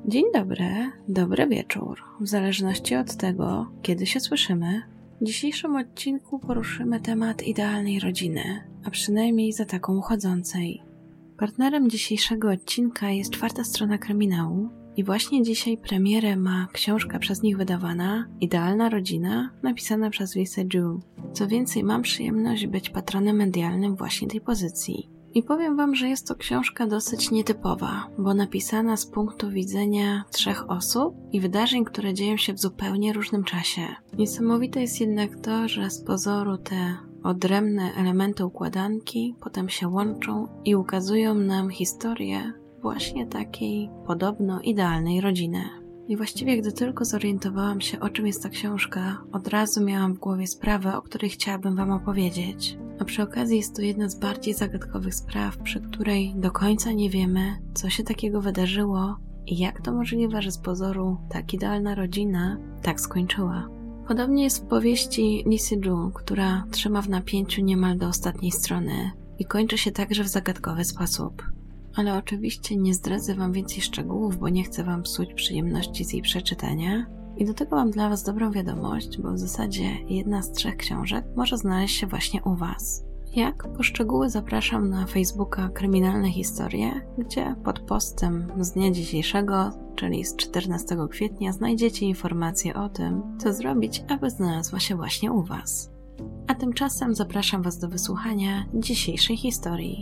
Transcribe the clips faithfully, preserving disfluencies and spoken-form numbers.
Dzień dobry, dobry wieczór. W zależności od tego, kiedy się słyszymy, w dzisiejszym odcinku poruszymy temat idealnej rodziny, a przynajmniej za taką uchodzącej. Partnerem dzisiejszego odcinka jest Czwarta Strona Kryminału i właśnie dzisiaj premierę ma książka przez nich wydawana Idealna rodzina, napisana przez Lisę Ju. Co więcej, mam przyjemność być patronem medialnym właśnie tej pozycji. I powiem wam, że jest to książka dosyć nietypowa, bo napisana z punktu widzenia trzech osób i wydarzeń, które dzieją się w zupełnie różnym czasie. Niesamowite jest jednak to, że z pozoru te odrębne elementy układanki potem się łączą i ukazują nam historię właśnie takiej podobno idealnej rodziny. I właściwie gdy tylko zorientowałam się, o czym jest ta książka, od razu miałam w głowie sprawę, o której chciałabym wam opowiedzieć. A przy okazji jest to jedna z bardziej zagadkowych spraw, przy której do końca nie wiemy, co się takiego wydarzyło i jak to możliwe, że z pozoru tak idealna rodzina tak skończyła. Podobnie jest w powieści Lisy Ju, która trzyma w napięciu niemal do ostatniej strony i kończy się także w zagadkowy sposób. Ale oczywiście nie zdradzę wam więcej szczegółów, bo nie chcę wam psuć przyjemności z jej przeczytania. I do tego mam dla was dobrą wiadomość, bo w zasadzie jedna z trzech książek może znaleźć się właśnie u was. Jak? Po szczegóły zapraszam na Facebooka Kryminalne Historie, gdzie pod postem z dnia dzisiejszego, czyli z czternastego kwietnia, znajdziecie informacje o tym, co zrobić, aby znalazła się właśnie u was. A tymczasem zapraszam was do wysłuchania dzisiejszej historii.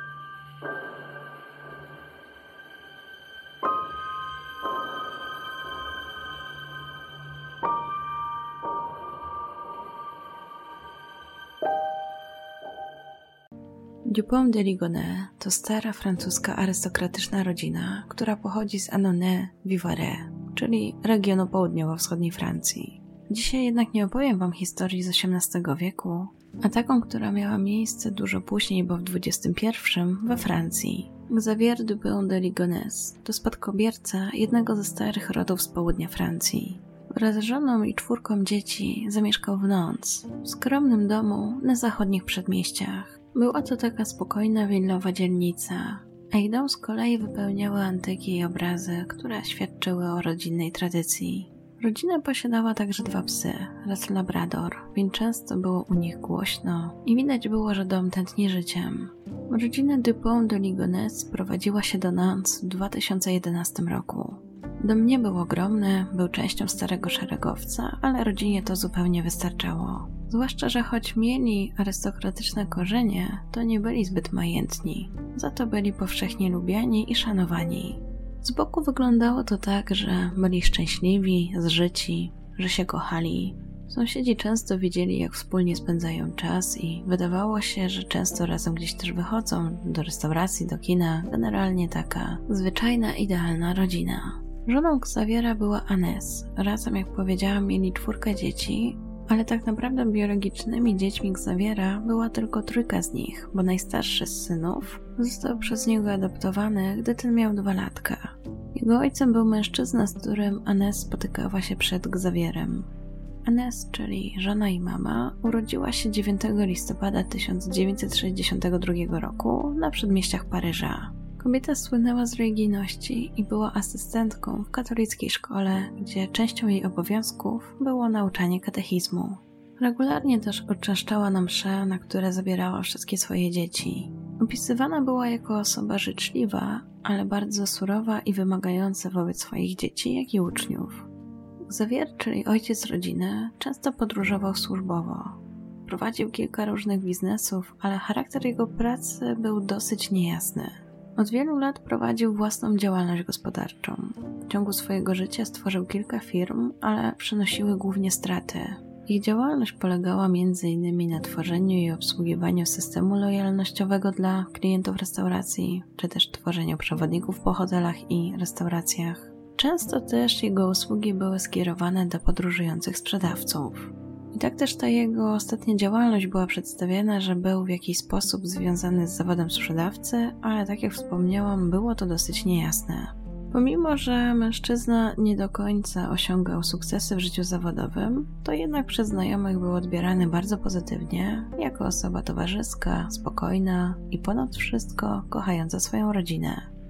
Dupont de Ligonnès to stara francuska arystokratyczna rodzina, która pochodzi z Annonay-Vivarais, czyli regionu południowo-wschodniej Francji. Dzisiaj jednak nie opowiem wam historii z osiemnastego wieku, a taką, która miała miejsce dużo później, bo w dwudziestym pierwszym we Francji. Xavier Dupont de Ligonnès to spadkobierca jednego ze starych rodów z południa Francji. Wraz z żoną i czwórką dzieci zamieszkał w Nantes, w skromnym domu na zachodnich przedmieściach. Była to taka spokojna, willowa dzielnica, a ich dom z kolei wypełniały antyki i obrazy, które świadczyły o rodzinnej tradycji. Rodzina posiadała także dwa psy, raz labrador, więc często było u nich głośno i widać było, że dom tętni życiem. Rodzina Dupont de Ligonnès prowadziła się do Nantes w dwa tysiące jedenastym roku. Dom nie był ogromny, był częścią starego szeregowca, ale rodzinie to zupełnie wystarczało. Zwłaszcza, że choć mieli arystokratyczne korzenie, to nie byli zbyt majętni. Za to byli powszechnie lubiani i szanowani. Z boku wyglądało to tak, że byli szczęśliwi, zżyci, że się kochali. Sąsiedzi często widzieli, jak wspólnie spędzają czas i wydawało się, że często razem gdzieś też wychodzą do restauracji, do kina. Generalnie taka zwyczajna, idealna rodzina. Żoną Xaviera była Anès. Razem, jak powiedziałam, mieli czwórkę dzieci, ale tak naprawdę biologicznymi dziećmi Xaviera była tylko trójka z nich, bo najstarszy z synów został przez niego adoptowany, gdy ten miał dwa latka. Jego ojcem był mężczyzna, z którym Anès spotykała się przed Xavierem. Anès, czyli żona i mama, urodziła się dziewiątego listopada tysiąc dziewięćset sześćdziesiątego drugiego roku na przedmieściach Paryża. Kobieta słynęła z religijności i była asystentką w katolickiej szkole, gdzie częścią jej obowiązków było nauczanie katechizmu. Regularnie też uczęszczała na msze, na które zabierała wszystkie swoje dzieci. Opisywana była jako osoba życzliwa, ale bardzo surowa i wymagająca wobec swoich dzieci, jak i uczniów. Xavier, czyli ojciec rodziny, często podróżował służbowo. Prowadził kilka różnych biznesów, ale charakter jego pracy był dosyć niejasny. Od wielu lat prowadził własną działalność gospodarczą. W ciągu swojego życia stworzył kilka firm, ale przynosiły głównie straty. Ich działalność polegała między innymi na tworzeniu i obsługiwaniu systemu lojalnościowego dla klientów restauracji, czy też tworzeniu przewodników po hotelach i restauracjach. Często też jego usługi były skierowane do podróżujących sprzedawców. I tak też ta jego ostatnia działalność była przedstawiana, że był w jakiś sposób związany z zawodem sprzedawcy, ale tak jak wspomniałam, było to dosyć niejasne. Pomimo, że mężczyzna nie do końca osiągał sukcesy w życiu zawodowym, to jednak przez znajomych był odbierany bardzo pozytywnie, jako osoba towarzyska, spokojna i ponad wszystko kochająca swoją rodzinę.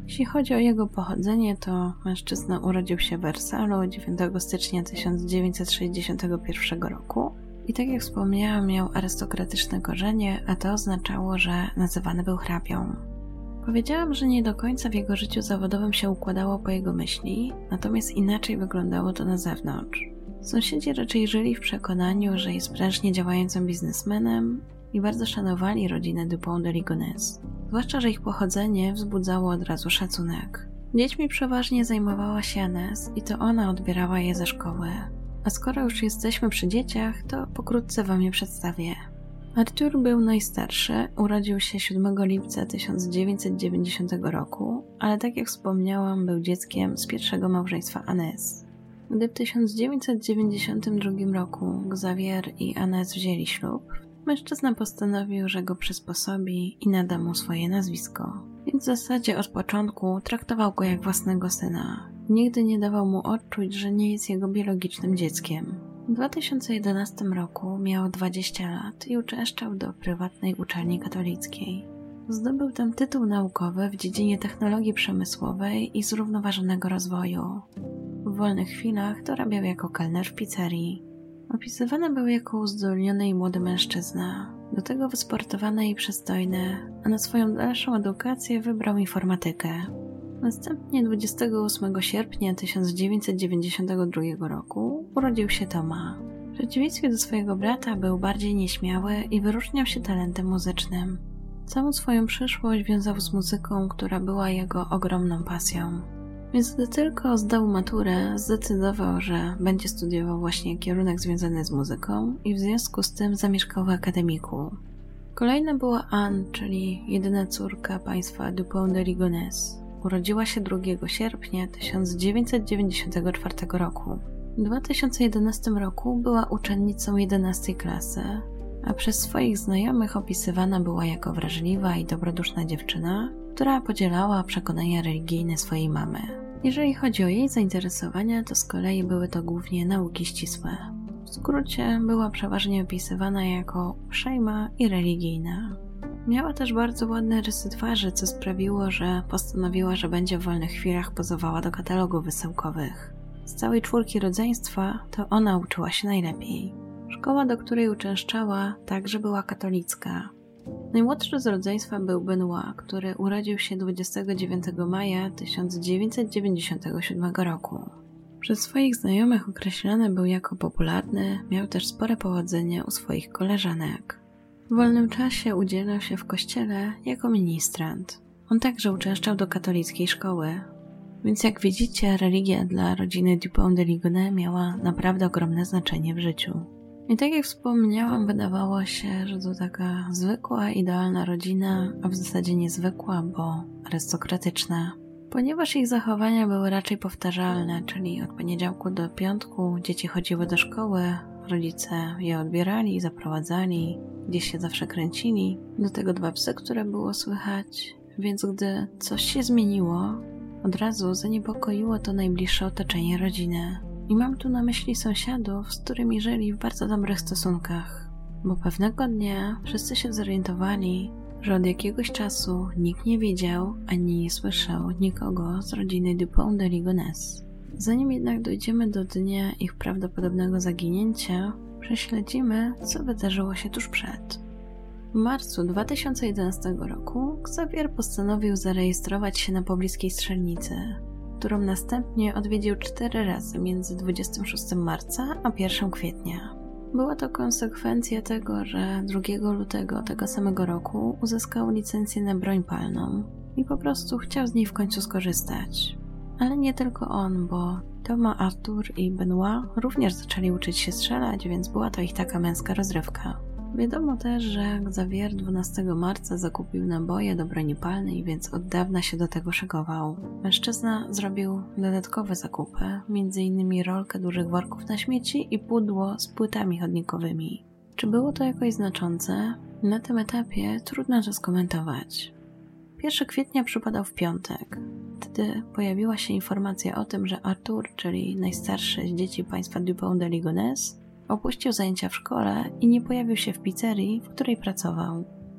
Jeśli chodzi o jego pochodzenie, to mężczyzna urodził się w Wersalu dziewiątego stycznia tysiąc dziewięćset sześćdziesiątego pierwszego roku i tak jak wspomniałam, miał arystokratyczne korzenie, a to oznaczało, że nazywany był hrabią. Powiedziałam, że nie do końca w jego życiu zawodowym się układało po jego myśli, natomiast inaczej wyglądało to na zewnątrz. Sąsiedzi raczej żyli w przekonaniu, że jest prężnie działającym biznesmenem i bardzo szanowali rodzinę Dupont de Ligonnès. Zwłaszcza, że ich pochodzenie wzbudzało od razu szacunek. Dziećmi przeważnie zajmowała się Anès i to ona odbierała je ze szkoły. A skoro już jesteśmy przy dzieciach, to pokrótce wam je przedstawię. Artur był najstarszy, urodził się siódmego lipca tysiąc dziewięćset dziewięćdziesiątego roku, ale tak jak wspomniałam, był dzieckiem z pierwszego małżeństwa Anès. Gdy w tysiąc dziewięćset dziewięćdziesiątym drugim roku Xavier i Anès wzięli ślub, mężczyzna postanowił, że go przysposobi i nada mu swoje nazwisko. Więc w zasadzie od początku traktował go jak własnego syna. Nigdy nie dawał mu odczuć, że nie jest jego biologicznym dzieckiem. W dwa tysiące jedenastym roku miał dwadzieścia lat i uczęszczał do prywatnej uczelni katolickiej. Zdobył tam tytuł naukowy w dziedzinie technologii przemysłowej i zrównoważonego rozwoju. W wolnych chwilach dorabiał jako kelner w pizzerii. Opisywany był jako uzdolniony i młody mężczyzna, do tego wysportowany i przystojny, a na swoją dalszą edukację wybrał informatykę. Następnie dwudziestego ósmego sierpnia tysiąc dziewięćset dziewięćdziesiątego drugiego roku urodził się Thomas. W przeciwieństwie do swojego brata był bardziej nieśmiały i wyróżniał się talentem muzycznym. Całą swoją przyszłość wiązał z muzyką, która była jego ogromną pasją. Więc gdy tylko zdał maturę, zdecydował, że będzie studiował właśnie kierunek związany z muzyką i w związku z tym zamieszkał w akademiku. Kolejna była Anne, czyli jedyna córka państwa Dupont de Ligonnès. Urodziła się drugiego sierpnia tysiąc dziewięćset dziewięćdziesiątego czwartego roku. W dwa tysiące jedenastym roku była uczennicą jedenastej klasy, a przez swoich znajomych opisywana była jako wrażliwa i dobroduszna dziewczyna, która podzielała przekonania religijne swojej mamy. Jeżeli chodzi o jej zainteresowania, to z kolei były to głównie nauki ścisłe. W skrócie była przeważnie opisywana jako uprzejma i religijna. Miała też bardzo ładne rysy twarzy, co sprawiło, że postanowiła, że będzie w wolnych chwilach pozowała do katalogów wysyłkowych. Z całej czwórki rodzeństwa to ona uczyła się najlepiej. Szkoła, do której uczęszczała, także była katolicka. Najmłodszy z rodzeństwa był Benoit, który urodził się dwudziestego dziewiątego maja tysiąc dziewięćset dziewięćdziesiątego siódmego roku. Przez swoich znajomych określany był jako popularny, miał też spore powodzenie u swoich koleżanek. W wolnym czasie udzielał się w kościele jako ministrant. On także uczęszczał do katolickiej szkoły. Więc jak widzicie, religia dla rodziny Dupont de Ligonnès miała naprawdę ogromne znaczenie w życiu. I tak jak wspomniałam, wydawało się, że to taka zwykła, idealna rodzina, a w zasadzie niezwykła, bo arystokratyczna. Ponieważ ich zachowania były raczej powtarzalne, czyli od poniedziałku do piątku dzieci chodziły do szkoły, rodzice je odbierali, zaprowadzali, gdzieś się zawsze kręcili, do tego dwa psy, które było słychać, więc gdy coś się zmieniło, od razu zaniepokoiło to najbliższe otoczenie rodziny. I mam tu na myśli sąsiadów, z którymi żyli w bardzo dobrych stosunkach, bo pewnego dnia wszyscy się zorientowali, że od jakiegoś czasu nikt nie wiedział ani nie słyszał nikogo z rodziny Dupont de Ligonnès. Zanim jednak dojdziemy do dnia ich prawdopodobnego zaginięcia, prześledzimy, co wydarzyło się tuż przed. W marcu dwa tysiące jedenastego roku Xavier postanowił zarejestrować się na pobliskiej strzelnicy, którą następnie odwiedził cztery razy między dwudziestego szóstego marca a pierwszego kwietnia. Była to konsekwencja tego, że drugiego lutego tego samego roku uzyskał licencję na broń palną i po prostu chciał z niej w końcu skorzystać. Ale nie tylko on, bo Thomas, Artur i Benoit również zaczęli uczyć się strzelać, więc była to ich taka męska rozrywka. Wiadomo też, że Xavier dwunastego marca zakupił naboje do broni palnej, więc od dawna się do tego szykował. Mężczyzna zrobił dodatkowe zakupy, między innymi rolkę dużych worków na śmieci i pudło z płytami chodnikowymi. Czy było to jakoś znaczące? Na tym etapie trudno to skomentować. pierwszego kwietnia przypadał w piątek. Wtedy pojawiła się informacja o tym, że Artur, czyli najstarszy z dzieci państwa Dupont de Ligonnès, opuścił zajęcia w szkole i nie pojawił się w pizzerii, w której pracował.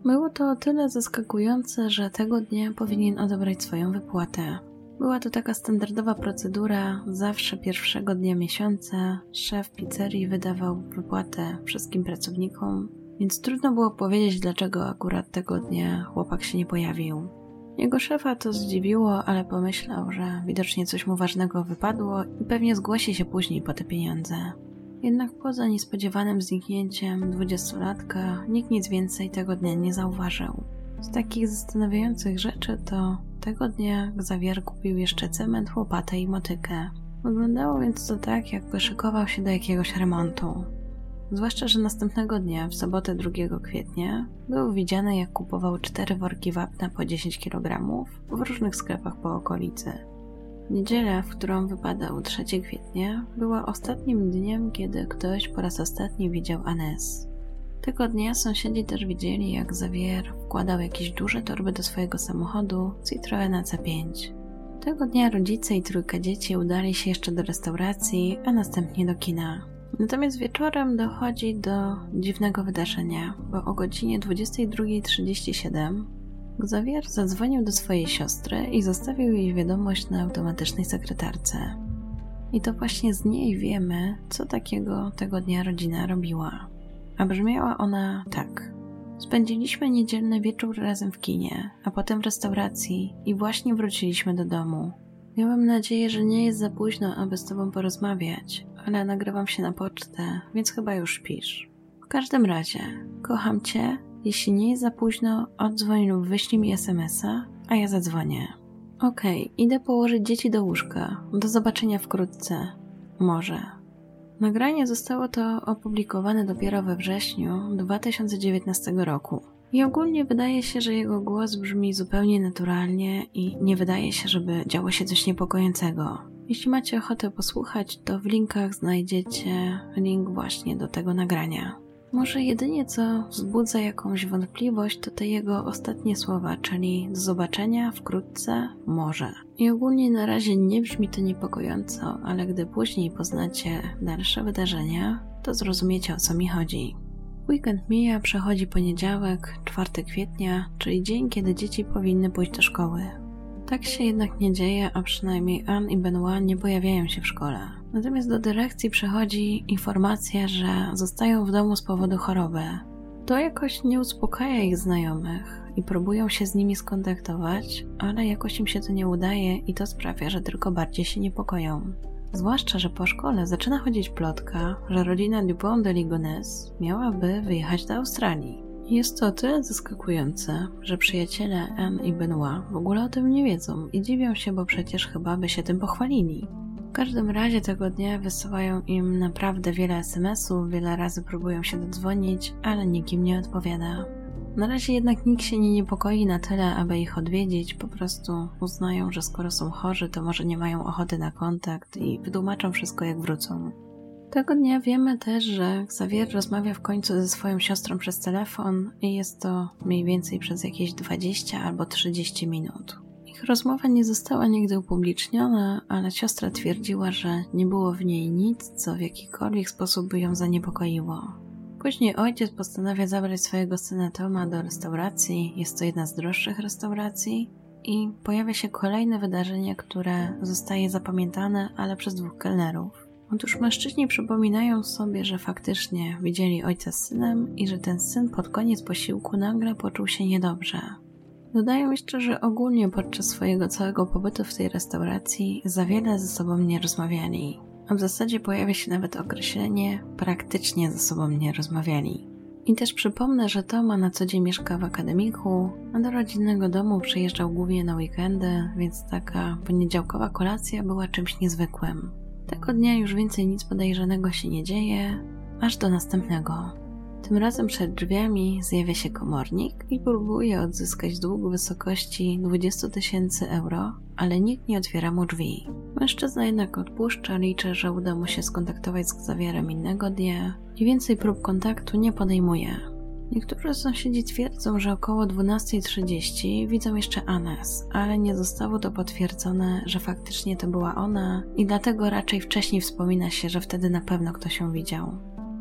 Było to o tyle zaskakujące, że tego dnia powinien odebrać swoją wypłatę. Była to taka standardowa procedura, zawsze pierwszego dnia miesiąca szef pizzerii wydawał wypłatę wszystkim pracownikom, więc trudno było powiedzieć, dlaczego akurat tego dnia chłopak się nie pojawił. Jego szefa to zdziwiło, ale pomyślał, że widocznie coś mu ważnego wypadło i pewnie zgłosi się później po te pieniądze. Jednak poza niespodziewanym zniknięciem dwudziestolatka nikt nic więcej tego dnia nie zauważył. Z takich zastanawiających rzeczy to tego dnia Xavier kupił jeszcze cement, łopatę i motykę. Wyglądało więc to tak, jakby szykował się do jakiegoś remontu. Zwłaszcza, że następnego dnia, w sobotę drugiego kwietnia, był widziany, jak kupował cztery worki wapna po dziesięć kilogramów w różnych sklepach po okolicy. Niedziela, w którą wypadał trzeciego kwietnia, była ostatnim dniem, kiedy ktoś po raz ostatni widział Anès. Tego dnia sąsiedzi też widzieli, jak Xavier wkładał jakieś duże torby do swojego samochodu Citroena C pięć. Tego dnia rodzice i trójka dzieci udali się jeszcze do restauracji, a następnie do kina. Natomiast wieczorem dochodzi do dziwnego wydarzenia, bo o godzinie dwudziestej drugiej trzydzieści siedem Xavier zadzwonił do swojej siostry i zostawił jej wiadomość na automatycznej sekretarce. I to właśnie z niej wiemy, co takiego tego dnia rodzina robiła. A brzmiała ona tak. Spędziliśmy niedzielny wieczór razem w kinie, a potem w restauracji i właśnie wróciliśmy do domu. Miałem nadzieję, że nie jest za późno, aby z tobą porozmawiać, ale nagrywam się na pocztę, więc chyba już śpisz. W każdym razie, kocham cię. Jeśli nie jest za późno, oddzwoń lub wyślij mi es em es a, a ja zadzwonię. Okej, idę położyć dzieci do łóżka. Do zobaczenia wkrótce. Może. Nagranie zostało to opublikowane dopiero we wrześniu dwa tysiące dziewiętnastego roku. I ogólnie wydaje się, że jego głos brzmi zupełnie naturalnie i nie wydaje się, żeby działo się coś niepokojącego. Jeśli macie ochotę posłuchać, to w linkach znajdziecie link właśnie do tego nagrania. Może jedynie co wzbudza jakąś wątpliwość to te jego ostatnie słowa, czyli do zobaczenia wkrótce, może. I ogólnie na razie nie brzmi to niepokojąco, ale gdy później poznacie dalsze wydarzenia, to zrozumiecie, o co mi chodzi. Weekend mija, przechodzi poniedziałek, czwartego kwietnia, czyli dzień, kiedy dzieci powinny pójść do szkoły. Tak się jednak nie dzieje, a przynajmniej Anne i Benoit nie pojawiają się w szkole. Natomiast do dyrekcji przychodzi informacja, że zostają w domu z powodu choroby. To jakoś nie uspokaja ich znajomych i próbują się z nimi skontaktować, ale jakoś im się to nie udaje i to sprawia, że tylko bardziej się niepokoją. Zwłaszcza, że po szkole zaczyna chodzić plotka, że rodzina Dupont de Ligonnès miałaby wyjechać do Australii. Jest to o tyle zaskakujące, że przyjaciele Anne i Benoit w ogóle o tym nie wiedzą i dziwią się, bo przecież chyba by się tym pochwalili. W każdym razie tego dnia wysyłają im naprawdę wiele es em es ów, wiele razy próbują się dodzwonić, ale nikt im nie odpowiada. Na razie jednak nikt się nie niepokoi na tyle, aby ich odwiedzić, po prostu uznają, że skoro są chorzy, to może nie mają ochoty na kontakt i wytłumaczą wszystko, jak wrócą. Tego dnia wiemy też, że Xavier rozmawia w końcu ze swoją siostrą przez telefon i jest to mniej więcej przez jakieś dwadzieścia albo trzydzieści minut. Ich rozmowa nie została nigdy upubliczniona, ale siostra twierdziła, że nie było w niej nic, co w jakikolwiek sposób by ją zaniepokoiło. Później ojciec postanawia zabrać swojego syna Toma do restauracji, jest to jedna z droższych restauracji i pojawia się kolejne wydarzenie, które zostaje zapamiętane, ale przez dwóch kelnerów. Otóż mężczyźni przypominają sobie, że faktycznie widzieli ojca z synem i że ten syn pod koniec posiłku nagle poczuł się niedobrze. Dodają jeszcze, że ogólnie podczas swojego całego pobytu w tej restauracji za wiele ze sobą nie rozmawiali. A w zasadzie pojawia się nawet określenie praktycznie ze sobą nie rozmawiali. I też przypomnę, że Toma na co dzień mieszka w akademiku, a do rodzinnego domu przyjeżdżał głównie na weekendy, więc taka poniedziałkowa kolacja była czymś niezwykłym. Tego dnia już więcej nic podejrzanego się nie dzieje, aż do następnego. Tym razem przed drzwiami zjawia się komornik i próbuje odzyskać dług w wysokości dwadzieścia tysięcy euro, ale nikt nie otwiera mu drzwi. Mężczyzna jednak odpuszcza, liczy, że uda mu się skontaktować z Xavierem innego dnia i więcej prób kontaktu nie podejmuje. Niektórzy sąsiedzi twierdzą, że około dwunasta trzydzieści widzą jeszcze Anès, ale nie zostało to potwierdzone, że faktycznie to była ona i dlatego raczej wcześniej wspomina się, że wtedy na pewno ktoś ją widział.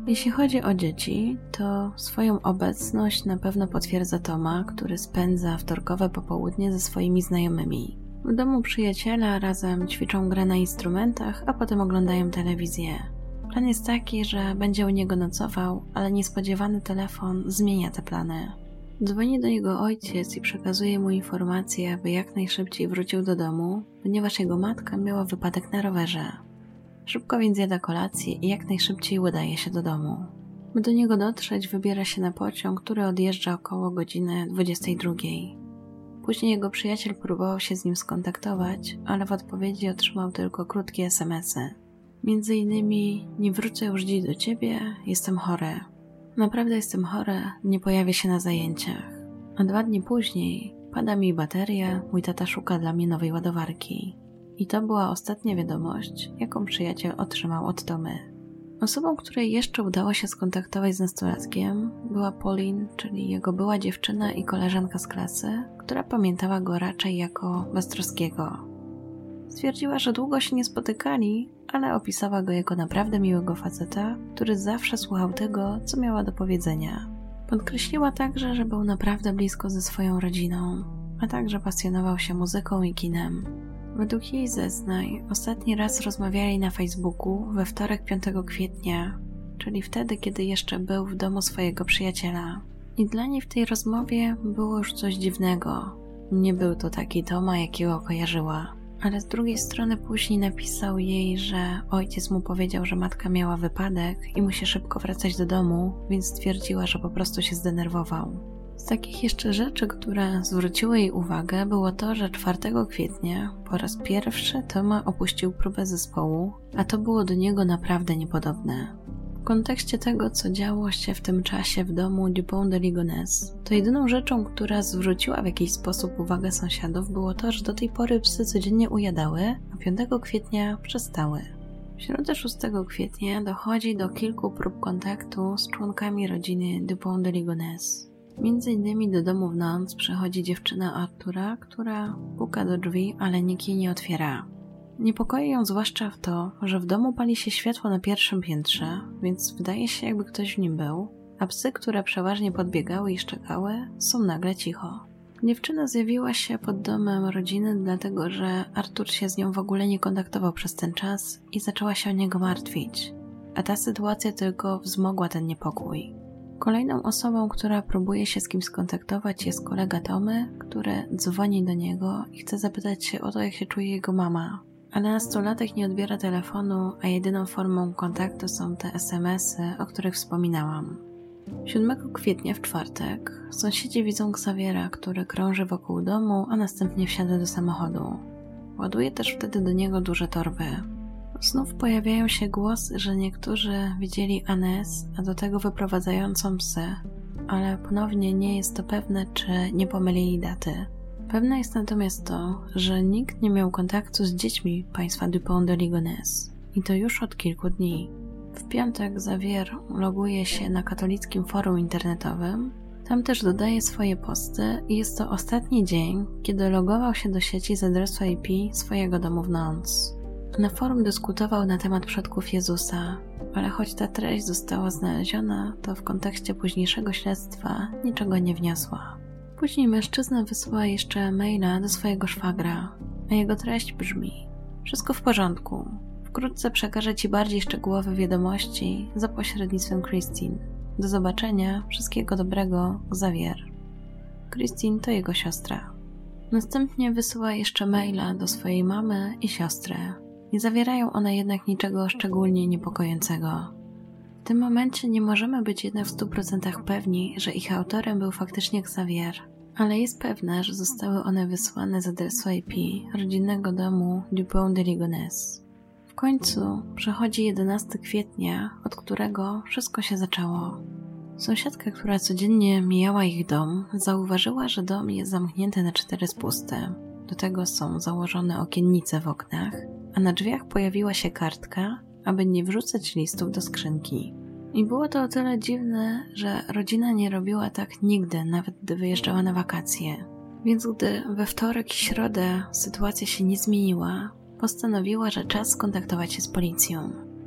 Jeśli chodzi o dzieci, to swoją obecność na pewno potwierdza Toma, który spędza wtorkowe popołudnie ze swoimi znajomymi. W domu przyjaciela razem ćwiczą grę na instrumentach, a potem oglądają telewizję. Plan jest taki, że będzie u niego nocował, ale niespodziewany telefon zmienia te plany. Dzwoni do niego ojciec i przekazuje mu informację, aby jak najszybciej wrócił do domu, ponieważ jego matka miała wypadek na rowerze. Szybko więc jada kolację i jak najszybciej udaje się do domu. By do niego dotrzeć, wybiera się na pociąg, który odjeżdża około godziny dwudziestej drugiej. Później jego przyjaciel próbował się z nim skontaktować, ale w odpowiedzi otrzymał tylko krótkie esemesy. Między innymi: nie wrócę już dziś do ciebie, jestem chory. Naprawdę jestem chory, nie pojawię się na zajęciach. A dwa dni później: pada mi bateria, mój tata szuka dla mnie nowej ładowarki. I to była ostatnia wiadomość, jaką przyjaciel otrzymał od Tomy. Osobą, której jeszcze udało się skontaktować z nastolatkiem, była Pauline, czyli jego była dziewczyna i koleżanka z klasy, która pamiętała go raczej jako beztroskiego. Stwierdziła, że długo się nie spotykali, ale opisała go jako naprawdę miłego faceta, który zawsze słuchał tego, co miała do powiedzenia. Podkreśliła także, że był naprawdę blisko ze swoją rodziną, a także pasjonował się muzyką i kinem. Według jej zeznań ostatni raz rozmawiali na Facebooku we wtorek piątego kwietnia, czyli wtedy, kiedy jeszcze był w domu swojego przyjaciela. I dla niej w tej rozmowie było już coś dziwnego. Nie był to taki Toma, jakiego kojarzyła. Ale z drugiej strony później napisał jej, że ojciec mu powiedział, że matka miała wypadek i musi szybko wracać do domu, więc stwierdziła, że po prostu się zdenerwował. Z takich jeszcze rzeczy, które zwróciły jej uwagę, było to, że czwartego kwietnia po raz pierwszy Toma opuścił próbę zespołu, a to było do niego naprawdę niepodobne. W kontekście tego, co działo się w tym czasie w domu Dupont de Ligonnès, to jedyną rzeczą, która zwróciła w jakiś sposób uwagę sąsiadów, było to, że do tej pory psy codziennie ujadały, a piątego kwietnia przestały. W środę szóstego kwietnia dochodzi do kilku prób kontaktu z członkami rodziny Dupont de Ligonnès. Między innymi do domu w noc przychodzi dziewczyna Artura, która puka do drzwi, ale nikt jej nie otwiera. Niepokoi ją zwłaszcza w to, że w domu pali się światło na pierwszym piętrze, więc wydaje się, jakby ktoś w nim był, a psy, które przeważnie podbiegały i szczekały, są nagle cicho. Dziewczyna zjawiła się pod domem rodziny, dlatego że Artur się z nią w ogóle nie kontaktował przez ten czas i zaczęła się o niego martwić, a ta sytuacja tylko wzmogła ten niepokój. Kolejną osobą, która próbuje się z kimś skontaktować, jest kolega Tomy, który dzwoni do niego i chce zapytać się o to, jak się czuje jego mama. Ale nastolatek nie odbiera telefonu, a jedyną formą kontaktu są te esemesy, o których wspominałam. siódmego kwietnia w czwartek sąsiedzi widzą Xaviera, który krąży wokół domu, a następnie wsiada do samochodu. Ładuje też wtedy do niego duże torby. Znów pojawiają się głosy, że niektórzy widzieli Anès, a do tego wyprowadzającą psy, ale ponownie nie jest to pewne, czy nie pomylili daty. Pewne jest natomiast to, że nikt nie miał kontaktu z dziećmi państwa Dupont de Ligonnès i to już od kilku dni. W piątek Xavier loguje się na katolickim forum internetowym, tam też dodaje swoje posty i jest to ostatni dzień, kiedy logował się do sieci z adresu I P swojego domu w noc. Na forum dyskutował na temat przodków Jezusa, ale choć ta treść została znaleziona, to w kontekście późniejszego śledztwa niczego nie wniosła. Później mężczyzna wysłał jeszcze maila do swojego szwagra, a jego treść brzmi: wszystko w porządku. Wkrótce przekażę Ci bardziej szczegółowe wiadomości za pośrednictwem Christine. Do zobaczenia, wszystkiego dobrego, Xavier. Christine to jego siostra. Następnie wysyła jeszcze maila do swojej mamy i siostry. Nie zawierają one jednak niczego szczególnie niepokojącego. W tym momencie nie możemy być jednak w stu procentach pewni, że ich autorem był faktycznie Xavier, ale jest pewne, że zostały one wysłane z adresu I P rodzinnego domu Dupont de Ligonnès. W końcu przychodzi jedenastego kwietnia, od którego wszystko się zaczęło. Sąsiadka, która codziennie mijała ich dom, zauważyła, że dom jest zamknięty na cztery spusty. Do tego są założone okiennice w oknach, a na drzwiach pojawiła się kartka, aby nie wrzucać listów do skrzynki. I było to o tyle dziwne, że rodzina nie robiła tak nigdy, nawet gdy wyjeżdżała na wakacje. Więc gdy we wtorek i środę sytuacja się nie zmieniła, postanowiła, że czas skontaktować się z policją.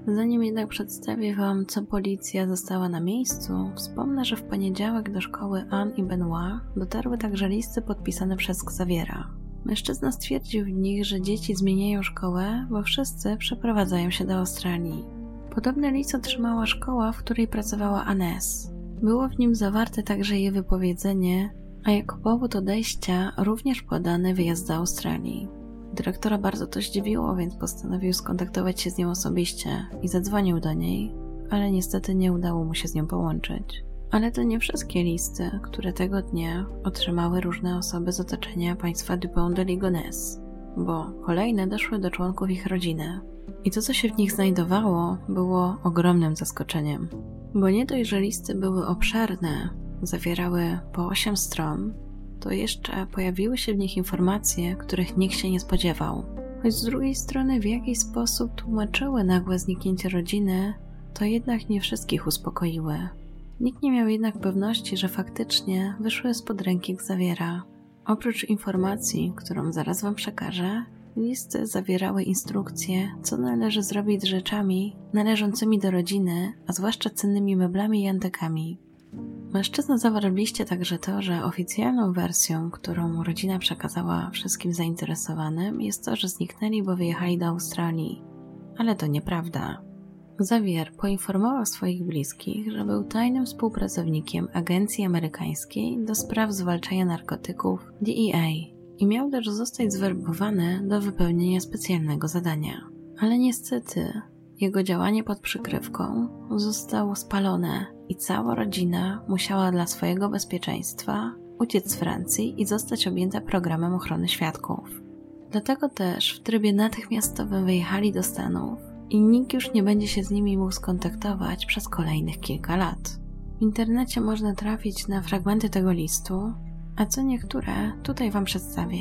Zanim jednak przedstawię Wam, co policja została na miejscu, wspomnę, że w poniedziałek do szkoły Anne i Benoit dotarły także listy podpisane przez Xaviera. Mężczyzna stwierdził w nich, że dzieci zmieniają szkołę, bo wszyscy przeprowadzają się do Australii. Podobny list otrzymała szkoła, w której pracowała Annes. Było w nim zawarte także jej wypowiedzenie, a jako powód odejścia również podany wyjazd do Australii. Dyrektora bardzo to zdziwiło, więc postanowił skontaktować się z nią osobiście i zadzwonił do niej, ale niestety nie udało mu się z nią połączyć. Ale to nie wszystkie listy, które tego dnia otrzymały różne osoby z otoczenia państwa Dupont de Ligonnès, bo kolejne doszły do członków ich rodziny. I to, co się w nich znajdowało, było ogromnym zaskoczeniem, bo nie dość, że listy były obszerne, zawierały po osiem stron, to jeszcze pojawiły się w nich informacje, których nikt się nie spodziewał. Choć z drugiej strony w jakiś sposób tłumaczyły nagłe zniknięcie rodziny, to jednak nie wszystkich uspokoiły. Nikt nie miał jednak pewności, że faktycznie wyszły spod ręki Xaviera. Oprócz informacji, którą zaraz Wam przekażę, listy zawierały instrukcje, co należy zrobić z rzeczami należącymi do rodziny, a zwłaszcza cennymi meblami i antykami. Mężczyzna zawarł w liście także to, że oficjalną wersją, którą rodzina przekazała wszystkim zainteresowanym, jest to, że zniknęli, bo wyjechali do Australii. Ale to nieprawda. Xavier poinformował swoich bliskich, że był tajnym współpracownikiem agencji amerykańskiej do spraw zwalczania narkotyków D E A i miał też zostać zwerbowany do wypełnienia specjalnego zadania. Ale niestety jego działanie pod przykrywką zostało spalone i cała rodzina musiała dla swojego bezpieczeństwa uciec z Francji i zostać objęta programem ochrony świadków. Dlatego też w trybie natychmiastowym wyjechali do Stanów i nikt już nie będzie się z nimi mógł skontaktować przez kolejnych kilka lat. W internecie można trafić na fragmenty tego listu, a co niektóre tutaj Wam przedstawię.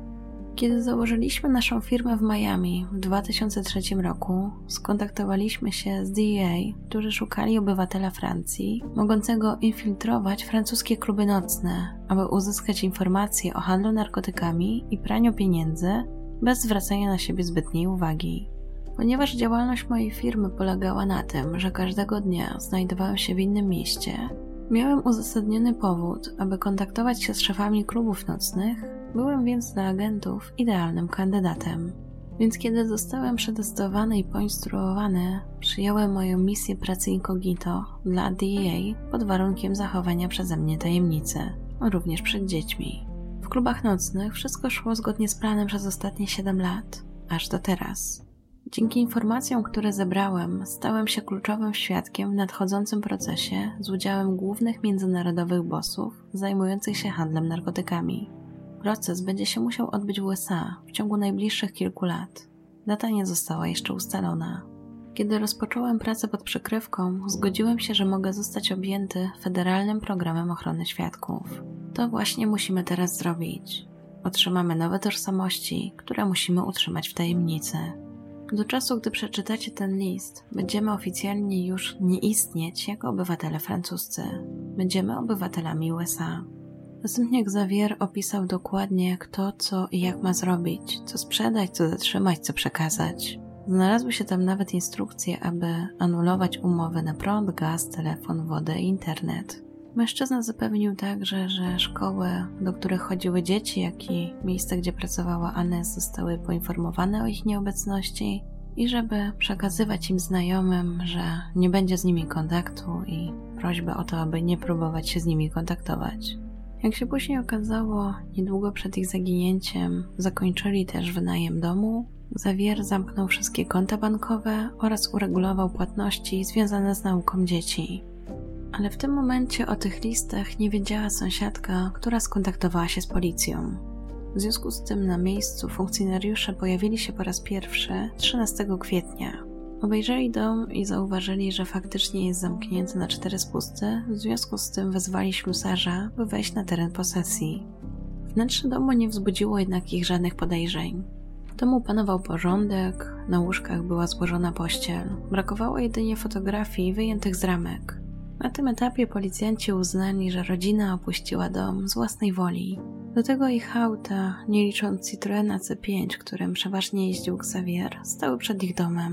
Kiedy założyliśmy naszą firmę w Miami w dwa tysiące trzecim roku, skontaktowaliśmy się z D E A, którzy szukali obywatela Francji, mogącego infiltrować francuskie kluby nocne, aby uzyskać informacje o handlu narkotykami i praniu pieniędzy bez zwracania na siebie zbytniej uwagi. Ponieważ działalność mojej firmy polegała na tym, że każdego dnia znajdowałem się w innym mieście, miałem uzasadniony powód, aby kontaktować się z szefami klubów nocnych. Byłem więc dla agentów idealnym kandydatem. Więc kiedy zostałem przetestowany i poinstruowany, przyjąłem moją misję pracy incognito dla D E A pod warunkiem zachowania przeze mnie tajemnicy, również przed dziećmi. W klubach nocnych wszystko szło zgodnie z planem przez ostatnie siedem lat, aż do teraz. Dzięki informacjom, które zebrałem, stałem się kluczowym świadkiem w nadchodzącym procesie z udziałem głównych międzynarodowych bossów zajmujących się handlem narkotykami. Proces będzie się musiał odbyć w U S A w ciągu najbliższych kilku lat. Data nie została jeszcze ustalona. Kiedy rozpocząłem pracę pod przykrywką, zgodziłem się, że mogę zostać objęty federalnym programem ochrony świadków. To właśnie musimy teraz zrobić. Otrzymamy nowe tożsamości, które musimy utrzymać w tajemnicy. Do czasu, gdy przeczytacie ten list, będziemy oficjalnie już nie istnieć jako obywatele francuscy. Będziemy obywatelami U S A. Następnie Xavier opisał dokładnie kto, co i jak ma zrobić, co sprzedać, co zatrzymać, co przekazać. Znalazły się tam nawet instrukcje, aby anulować umowy na prąd, gaz, telefon, wodę i internet. Mężczyzna zapewnił także, że szkoły, do których chodziły dzieci, jak i miejsca, gdzie pracowała Annes, zostały poinformowane o ich nieobecności i żeby przekazywać im znajomym, że nie będzie z nimi kontaktu i prośbę o to, aby nie próbować się z nimi kontaktować. Jak się później okazało, niedługo przed ich zaginięciem zakończyli też wynajem domu. Xavier zamknął wszystkie konta bankowe oraz uregulował płatności związane z nauką dzieci. Ale w tym momencie o tych listach nie wiedziała sąsiadka, która skontaktowała się z policją. W związku z tym na miejscu funkcjonariusze pojawili się po raz pierwszy trzynastego kwietnia. Obejrzeli dom i zauważyli, że faktycznie jest zamknięty na cztery spusty, w związku z tym wezwali ślusarza, by wejść na teren posesji. Wnętrze domu nie wzbudziło jednak ich żadnych podejrzeń. W domu panował porządek, na łóżkach była złożona pościel, brakowało jedynie fotografii wyjętych z ramek. Na tym etapie policjanci uznali, że rodzina opuściła dom z własnej woli. Do tego ich auta, nie licząc Citroena C pięć, którym przeważnie jeździł Xavier, stały przed ich domem.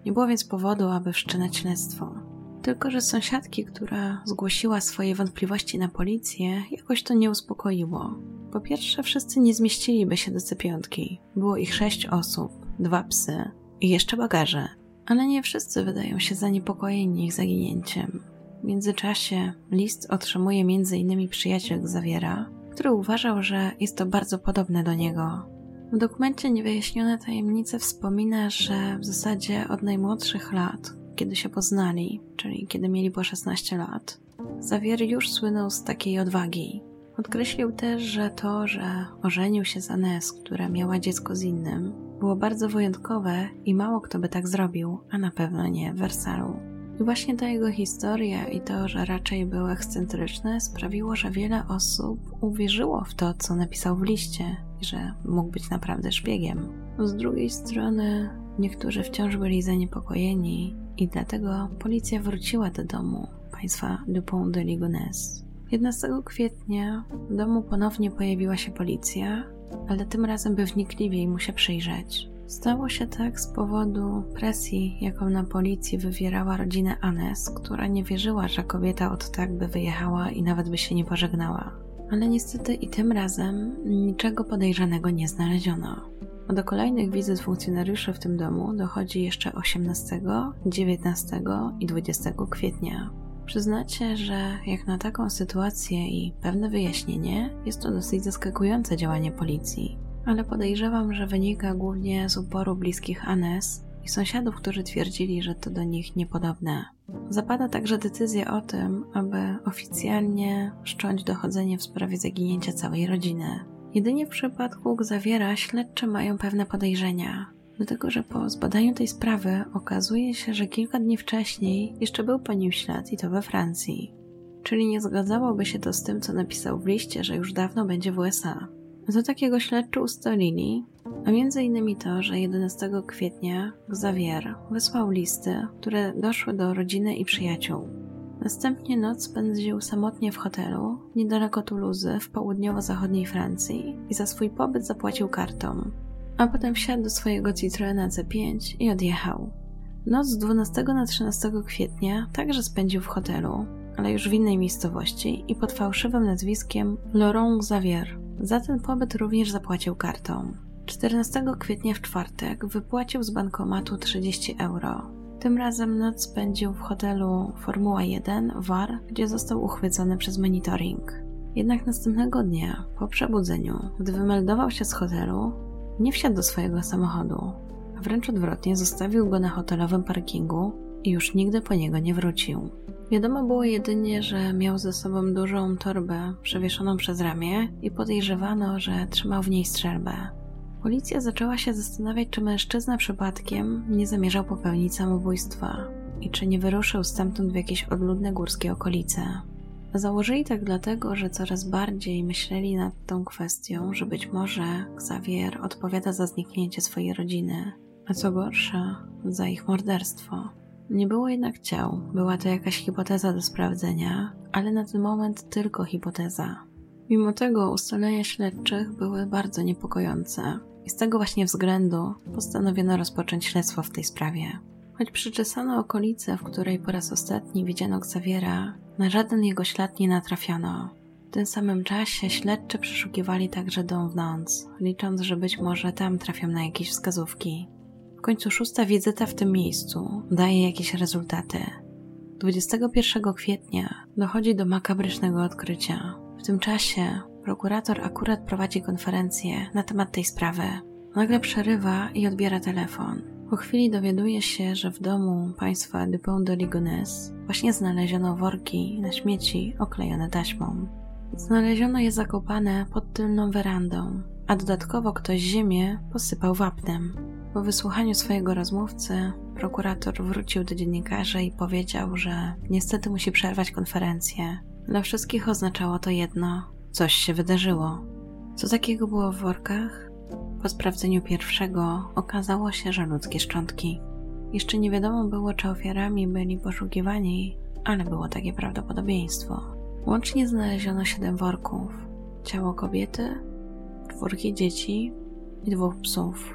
Nie było więc powodu, aby wszczynać śledztwo. Tylko że sąsiadki, która zgłosiła swoje wątpliwości na policję, jakoś to nie uspokoiło. Po pierwsze, wszyscy nie zmieściliby się do C pięć. Było ich sześć osób, dwa psy i jeszcze bagaże. Ale nie wszyscy wydają się zaniepokojeni ich zaginięciem. W międzyczasie list otrzymuje m.in. przyjaciel Xaviera, który uważał, że jest to bardzo podobne do niego. W dokumencie Niewyjaśnione tajemnice wspomina, że w zasadzie od najmłodszych lat, kiedy się poznali, czyli kiedy mieli po szesnaście lat, Xavier już słynął z takiej odwagi. Podkreślił też, że to, że ożenił się z Anès, która miała dziecko z innym, było bardzo wyjątkowe i mało kto by tak zrobił, a na pewno nie w Wersalu. I właśnie ta jego historia i to, że raczej był ekscentryczny, sprawiło, że wiele osób uwierzyło w to, co napisał w liście i że mógł być naprawdę szpiegiem. Z drugiej strony niektórzy wciąż byli zaniepokojeni i dlatego policja wróciła do domu państwa Dupont de Ligonnès. jedenastego kwietnia w domu ponownie pojawiła się policja, ale tym razem by wnikliwiej mu się przyjrzeć. Stało się tak z powodu presji, jaką na policji wywierała rodzina Anès, która nie wierzyła, że kobieta od tak by wyjechała i nawet by się nie pożegnała. Ale niestety i tym razem niczego podejrzanego nie znaleziono. Do kolejnych wizyt funkcjonariuszy w tym domu dochodzi jeszcze osiemnastego, dziewiętnastego i dwudziestego kwietnia. Przyznacie, że jak na taką sytuację i pewne wyjaśnienie, jest to dosyć zaskakujące działanie policji. Ale podejrzewam, że wynika głównie z uporu bliskich Anès i sąsiadów, którzy twierdzili, że to do nich niepodobne. Zapada także decyzja o tym, aby oficjalnie wszcząć dochodzenie w sprawie zaginięcia całej rodziny. Jedynie w przypadku Xaviera śledczy mają pewne podejrzenia, dlatego że po zbadaniu tej sprawy okazuje się, że kilka dni wcześniej jeszcze był po nim ślad i to we Francji. Czyli nie zgadzałoby się to z tym, co napisał w liście, że już dawno będzie w U S A. Co takiego śledczy ustalili, a między innymi to, że jedenastego kwietnia Xavier wysłał listy, które doszły do rodziny i przyjaciół. Następnie noc spędził samotnie w hotelu, niedaleko Toulouse w południowo-zachodniej Francji i za swój pobyt zapłacił kartą, a potem wsiadł do swojego Citroena C pięć i odjechał. Noc z dwunastego na trzynastego kwietnia także spędził w hotelu, ale już w innej miejscowości i pod fałszywym nazwiskiem Laurent Xavier. Za ten pobyt również zapłacił kartą. czternastego kwietnia w czwartek wypłacił z bankomatu trzydzieści euro. Tym razem noc spędził w hotelu Formuła jeden W A R, gdzie został uchwycony przez monitoring. Jednak następnego dnia, po przebudzeniu, gdy wymeldował się z hotelu, nie wsiadł do swojego samochodu, a wręcz odwrotnie zostawił go na hotelowym parkingu i już nigdy po niego nie wrócił. Wiadomo było jedynie, że miał ze sobą dużą torbę przewieszoną przez ramię i podejrzewano, że trzymał w niej strzelbę. Policja zaczęła się zastanawiać, czy mężczyzna przypadkiem nie zamierzał popełnić samobójstwa i czy nie wyruszył stamtąd w jakieś odludne górskie okolice. Założyli tak dlatego, że coraz bardziej myśleli nad tą kwestią, że być może Xavier odpowiada za zniknięcie swojej rodziny, a co gorsza, za ich morderstwo. Nie było jednak ciał, była to jakaś hipoteza do sprawdzenia, ale na ten moment tylko hipoteza. Mimo tego ustalenia śledczych były bardzo niepokojące i z tego właśnie względu postanowiono rozpocząć śledztwo w tej sprawie. Choć przyczesano okolicę, w której po raz ostatni widziano Xaviera, na żaden jego ślad nie natrafiono. W tym samym czasie śledczy przeszukiwali także dom w Nantes, licząc, że być może tam trafią na jakieś wskazówki. W końcu szósta wizyta w tym miejscu daje jakieś rezultaty. dwudziestego pierwszego kwietnia dochodzi do makabrycznego odkrycia. W tym czasie prokurator akurat prowadzi konferencję na temat tej sprawy. Nagle przerywa i odbiera telefon. Po chwili dowiaduje się, że w domu państwa Dupont de Ligonnès właśnie znaleziono worki na śmieci oklejone taśmą. Znaleziono je zakopane pod tylną werandą, a dodatkowo ktoś ziemię posypał wapnem. Po wysłuchaniu swojego rozmówcy prokurator wrócił do dziennikarzy i powiedział, że niestety musi przerwać konferencję. Dla wszystkich oznaczało to jedno. Coś się wydarzyło. Co takiego było w workach? Po sprawdzeniu pierwszego okazało się, że ludzkie szczątki. Jeszcze nie wiadomo było, czy ofiarami byli poszukiwani, ale było takie prawdopodobieństwo. Łącznie znaleziono siedem worków. Ciało kobiety, czwórki dzieci i dwóch psów.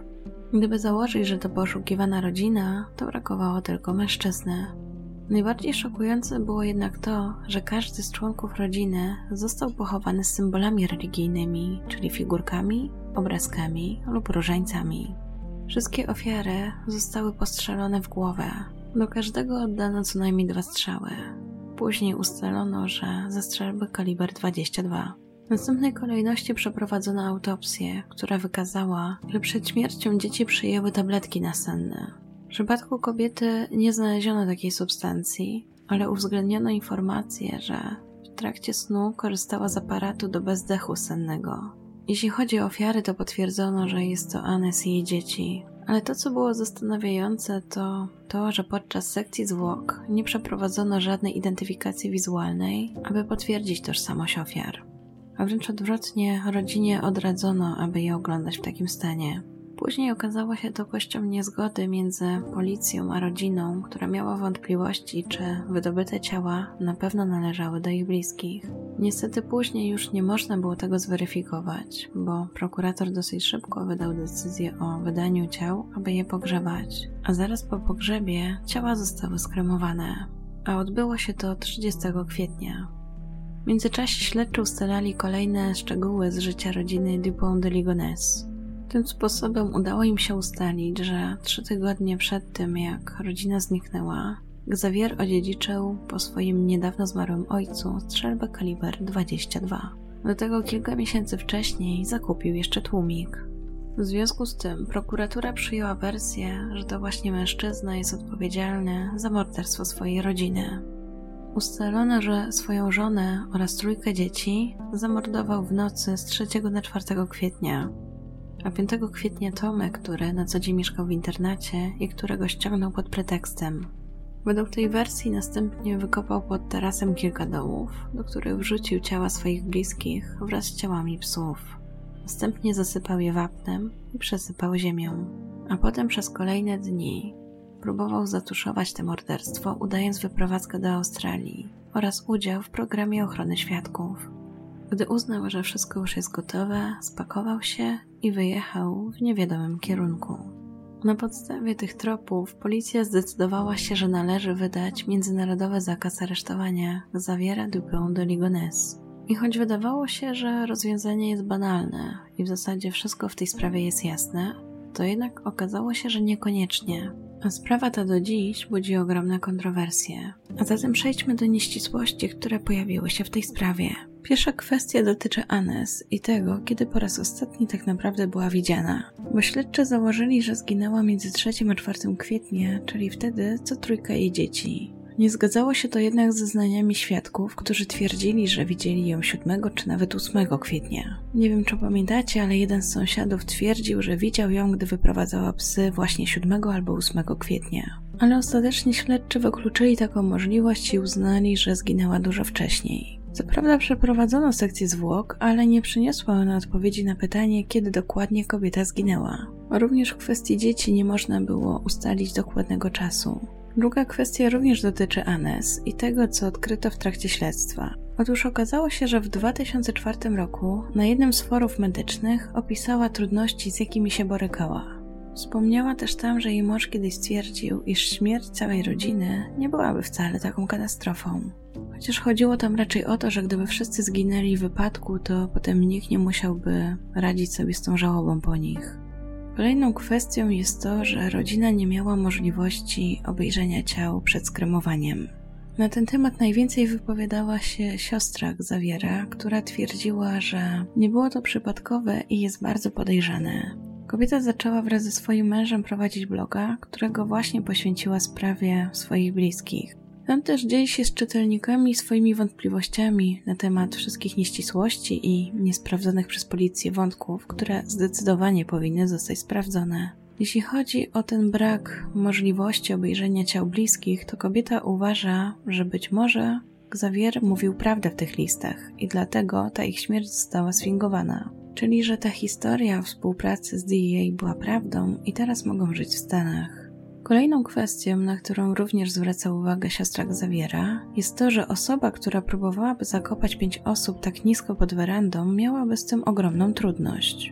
Gdyby założyć, że to poszukiwana rodzina, to brakowało tylko mężczyzny. Najbardziej szokujące było jednak to, że każdy z członków rodziny został pochowany z symbolami religijnymi, czyli figurkami, obrazkami lub różańcami. Wszystkie ofiary zostały postrzelone w głowę. Do każdego oddano co najmniej dwa strzały. Później ustalono, że ze strzelby kaliber dwadzieścia dwa. W następnej kolejności przeprowadzono autopsję, która wykazała, że przed śmiercią dzieci przyjęły tabletki nasenne. W przypadku kobiety nie znaleziono takiej substancji, ale uwzględniono informację, że w trakcie snu korzystała z aparatu do bezdechu sennego. Jeśli chodzi o ofiary, to potwierdzono, że jest to Annes i jej dzieci, ale to, co było zastanawiające, to to, że podczas sekcji zwłok nie przeprowadzono żadnej identyfikacji wizualnej, aby potwierdzić tożsamość ofiar. A wręcz odwrotnie, rodzinie odradzono, aby je oglądać w takim stanie. Później okazało się to kością niezgody między policją a rodziną, która miała wątpliwości, czy wydobyte ciała na pewno należały do ich bliskich. Niestety później już nie można było tego zweryfikować, bo prokurator dosyć szybko wydał decyzję o wydaniu ciał, aby je pogrzebać, a zaraz po pogrzebie ciała zostały skremowane, a odbyło się to trzydziestego kwietnia. W międzyczasie śledczy ustalali kolejne szczegóły z życia rodziny Dupont de Ligonnès. Tym sposobem udało im się ustalić, że trzy tygodnie przed tym, jak rodzina zniknęła, Xavier odziedziczył po swoim niedawno zmarłym ojcu strzelbę kaliber dwadzieścia dwa. Do tego kilka miesięcy wcześniej zakupił jeszcze tłumik. W związku z tym prokuratura przyjęła wersję, że to właśnie mężczyzna jest odpowiedzialny za morderstwo swojej rodziny. Ustalono, że swoją żonę oraz trójkę dzieci zamordował w nocy z trzeciego na czwartego kwietnia. A piątego kwietnia Tomek, który na co dzień mieszkał w internacie i którego ściągnął pod pretekstem. Według tej wersji następnie wykopał pod tarasem kilka dołów, do których wrzucił ciała swoich bliskich wraz z ciałami psów. Następnie zasypał je wapnem i przesypał ziemią. A potem przez kolejne dni próbował zatuszować to morderstwo, udając wyprowadzkę do Australii oraz udział w programie ochrony świadków. Gdy uznał, że wszystko już jest gotowe, spakował się i wyjechał w niewiadomym kierunku. Na podstawie tych tropów policja zdecydowała się, że należy wydać międzynarodowy zakaz aresztowania Xaviera Dupont de Ligonnès. I choć wydawało się, że rozwiązanie jest banalne i w zasadzie wszystko w tej sprawie jest jasne, to jednak okazało się, że niekoniecznie. A sprawa ta do dziś budzi ogromne kontrowersje. A zatem przejdźmy do nieścisłości, które pojawiły się w tej sprawie. Pierwsza kwestia dotyczy Annes i tego, kiedy po raz ostatni tak naprawdę była widziana. Bo śledczy założyli, że zginęła między trzecim a czwartym kwietnia, czyli wtedy, co trójka jej dzieci. Nie zgadzało się to jednak ze zeznaniami świadków, którzy twierdzili, że widzieli ją siódmego czy nawet ósmego kwietnia. Nie wiem, czy pamiętacie, ale jeden z sąsiadów twierdził, że widział ją, gdy wyprowadzała psy właśnie siódmego albo ósmego kwietnia. Ale ostatecznie śledczy wykluczyli taką możliwość i uznali, że zginęła dużo wcześniej. Co prawda przeprowadzono sekcję zwłok, ale nie przyniosła ona odpowiedzi na pytanie, kiedy dokładnie kobieta zginęła. Również w kwestii dzieci nie można było ustalić dokładnego czasu. Druga kwestia również dotyczy Annes i tego, co odkryto w trakcie śledztwa. Otóż okazało się, że w dwa tysiące czwartym roku na jednym z forów medycznych opisała trudności, z jakimi się borykała. Wspomniała też tam, że jej mąż kiedyś stwierdził, iż śmierć całej rodziny nie byłaby wcale taką katastrofą. Chociaż chodziło tam raczej o to, że gdyby wszyscy zginęli w wypadku, to potem nikt nie musiałby radzić sobie z tą żałobą po nich. Kolejną kwestią jest to, że rodzina nie miała możliwości obejrzenia ciał przed skremowaniem. Na ten temat najwięcej wypowiadała się siostra Xaviera, która twierdziła, że nie było to przypadkowe i jest bardzo podejrzane. Kobieta zaczęła wraz ze swoim mężem prowadzić bloga, którego właśnie poświęciła sprawie swoich bliskich. Tam też dzieli się z czytelnikami swoimi wątpliwościami na temat wszystkich nieścisłości i niesprawdzonych przez policję wątków, które zdecydowanie powinny zostać sprawdzone. Jeśli chodzi o ten brak możliwości obejrzenia ciał bliskich, to kobieta uważa, że być może Xavier mówił prawdę w tych listach i dlatego ta ich śmierć została sfingowana. Czyli, że ta historia współpracy z D E A była prawdą i teraz mogą żyć w Stanach. Kolejną kwestią, na którą również zwraca uwagę siostra Xaviera, jest to, że osoba, która próbowałaby zakopać pięć osób tak nisko pod werandą, miałaby z tym ogromną trudność.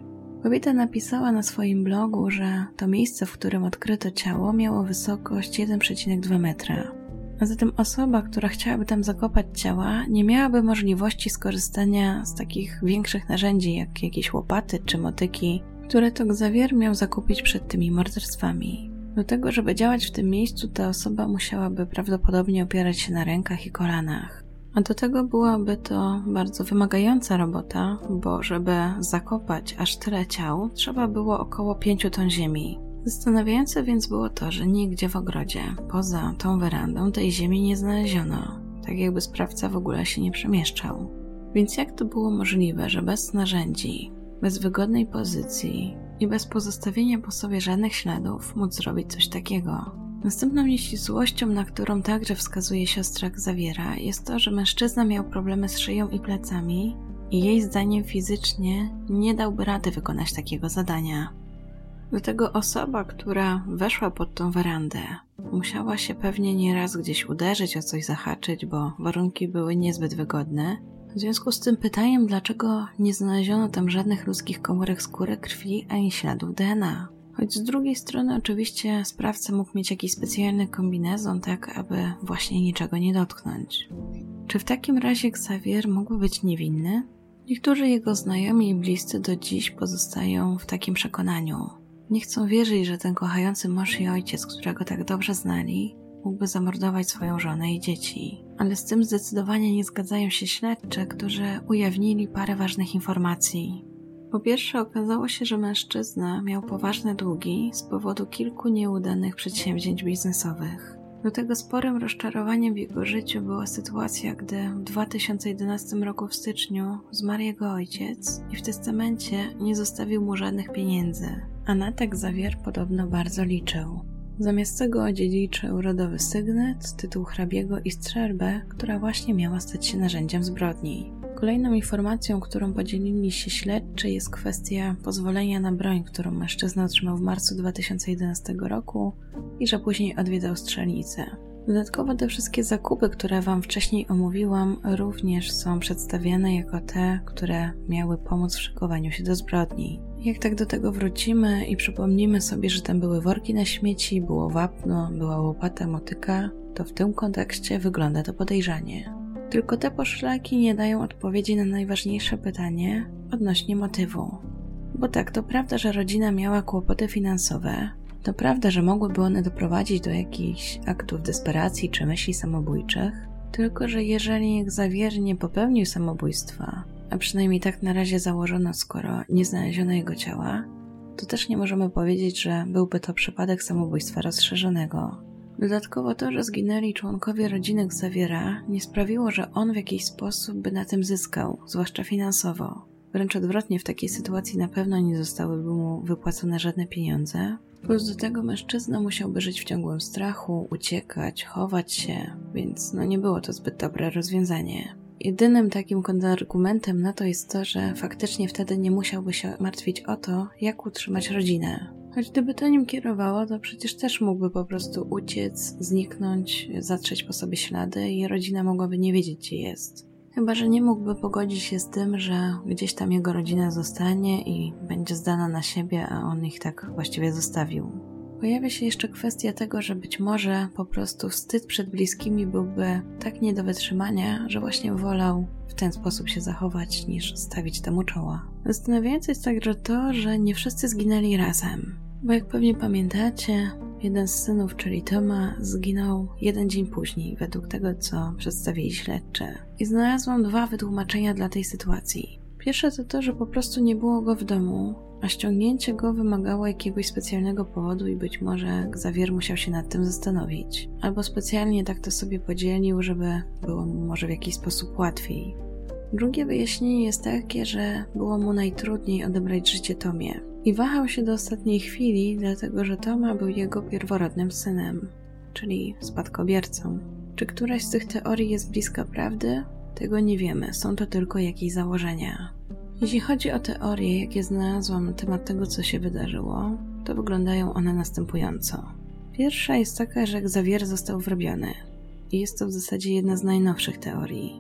Kobieta napisała na swoim blogu, że to miejsce, w którym odkryto ciało, miało wysokość jeden przecinek dwa metra. A zatem osoba, która chciałaby tam zakopać ciała, nie miałaby możliwości skorzystania z takich większych narzędzi, jak jakieś łopaty czy motyki, które to Xavier miał zakupić przed tymi morderstwami. Do tego, żeby działać w tym miejscu, ta osoba musiałaby prawdopodobnie opierać się na rękach i kolanach. A do tego byłaby to bardzo wymagająca robota, bo żeby zakopać aż tyle ciał, trzeba było około pięciu ton ziemi. Zastanawiające więc było to, że nigdzie w ogrodzie, poza tą werandą, tej ziemi nie znaleziono. Tak jakby sprawca w ogóle się nie przemieszczał. Więc jak to było możliwe, że bez narzędzi, bez wygodnej pozycji i bez pozostawienia po sobie żadnych śladów móc zrobić coś takiego? Następną nieścisłością, na którą także wskazuje siostra Xaviera, jest to, że mężczyzna miał problemy z szyją i plecami i jej zdaniem fizycznie nie dałby rady wykonać takiego zadania. Do tego osoba, która weszła pod tą werandę, musiała się pewnie nieraz gdzieś uderzyć, o coś zahaczyć, bo warunki były niezbyt wygodne. W związku z tym pytaniem, dlaczego nie znaleziono tam żadnych ludzkich komórek skóry, krwi ani śladów D N A. Choć z drugiej strony oczywiście sprawca mógł mieć jakiś specjalny kombinezon, tak aby właśnie niczego nie dotknąć. Czy w takim razie Xavier mógł być niewinny? Niektórzy jego znajomi i bliscy do dziś pozostają w takim przekonaniu. Nie chcą wierzyć, że ten kochający mąż i ojciec, którego tak dobrze znali, mógłby zamordować swoją żonę i dzieci. Ale z tym zdecydowanie nie zgadzają się śledczy, którzy ujawnili parę ważnych informacji. Po pierwsze, okazało się, że mężczyzna miał poważne długi z powodu kilku nieudanych przedsięwzięć biznesowych. Do tego sporym rozczarowaniem w jego życiu była sytuacja, gdy w dwa tysiące jedenastym roku w styczniu zmarł jego ojciec i w testamencie nie zostawił mu żadnych pieniędzy, a na tak Xavier podobno bardzo liczył. Zamiast tego odziedziczył rodowy sygnet, tytuł hrabiego i strzelbę, która właśnie miała stać się narzędziem zbrodni. Kolejną informacją, którą podzielili się śledczy, jest kwestia pozwolenia na broń, którą mężczyzna otrzymał w marcu dwa tysiące jedenastego roku i że później odwiedzał strzelnicę. Dodatkowo te wszystkie zakupy, które Wam wcześniej omówiłam, również są przedstawiane jako te, które miały pomóc w szykowaniu się do zbrodni. Jak tak do tego wrócimy i przypomnimy sobie, że tam były worki na śmieci, było wapno, była łopata, motyka, to w tym kontekście wygląda to podejrzanie. Tylko te poszlaki nie dają odpowiedzi na najważniejsze pytanie odnośnie motywu. Bo tak, to prawda, że rodzina miała kłopoty finansowe, to prawda, że mogłyby one doprowadzić do jakichś aktów desperacji czy myśli samobójczych, tylko że jeżeli Xavier nie popełnił samobójstwa, a przynajmniej tak na razie założono, skoro nie znaleziono jego ciała, to też nie możemy powiedzieć, że byłby to przypadek samobójstwa rozszerzonego. Dodatkowo to, że zginęli członkowie rodziny Xaviera, nie sprawiło, że on w jakiś sposób by na tym zyskał, zwłaszcza finansowo. Wręcz odwrotnie, w takiej sytuacji na pewno nie zostałyby mu wypłacone żadne pieniądze. Plus do tego mężczyzna musiałby żyć w ciągłym strachu, uciekać, chować się, więc no nie było to zbyt dobre rozwiązanie. Jedynym takim kontrargumentem na to jest to, że faktycznie wtedy nie musiałby się martwić o to, jak utrzymać rodzinę. Choć gdyby to nim kierowało, to przecież też mógłby po prostu uciec, zniknąć, zatrzeć po sobie ślady i rodzina mogłaby nie wiedzieć, gdzie jest. Chyba że nie mógłby pogodzić się z tym, że gdzieś tam jego rodzina zostanie i będzie zdana na siebie, a on ich tak właściwie zostawił. Pojawia się jeszcze kwestia tego, że być może po prostu wstyd przed bliskimi byłby tak nie do wytrzymania, że właśnie wolał w ten sposób się zachować, niż stawić temu czoła. Zastanawiające jest także to, że nie wszyscy zginęli razem. Bo jak pewnie pamiętacie, jeden z synów, czyli Toma, zginął jeden dzień później, według tego, co przedstawili śledczy. I znalazłam dwa wytłumaczenia dla tej sytuacji. Pierwsze to to, że po prostu nie było go w domu, a ściągnięcie go wymagało jakiegoś specjalnego powodu i być może Xavier musiał się nad tym zastanowić. Albo specjalnie tak to sobie podzielił, żeby było mu może w jakiś sposób łatwiej. Drugie wyjaśnienie jest takie, że było mu najtrudniej odebrać życie Tomie. I wahał się do ostatniej chwili, dlatego że Toma był jego pierworodnym synem, czyli spadkobiercą. Czy któraś z tych teorii jest bliska prawdy? Tego nie wiemy, są to tylko jakieś założenia. Jeśli chodzi o teorie, jakie znalazłam na temat tego, co się wydarzyło, to wyglądają one następująco. Pierwsza jest taka, że Xavier został wrobiony. I jest to w zasadzie jedna z najnowszych teorii.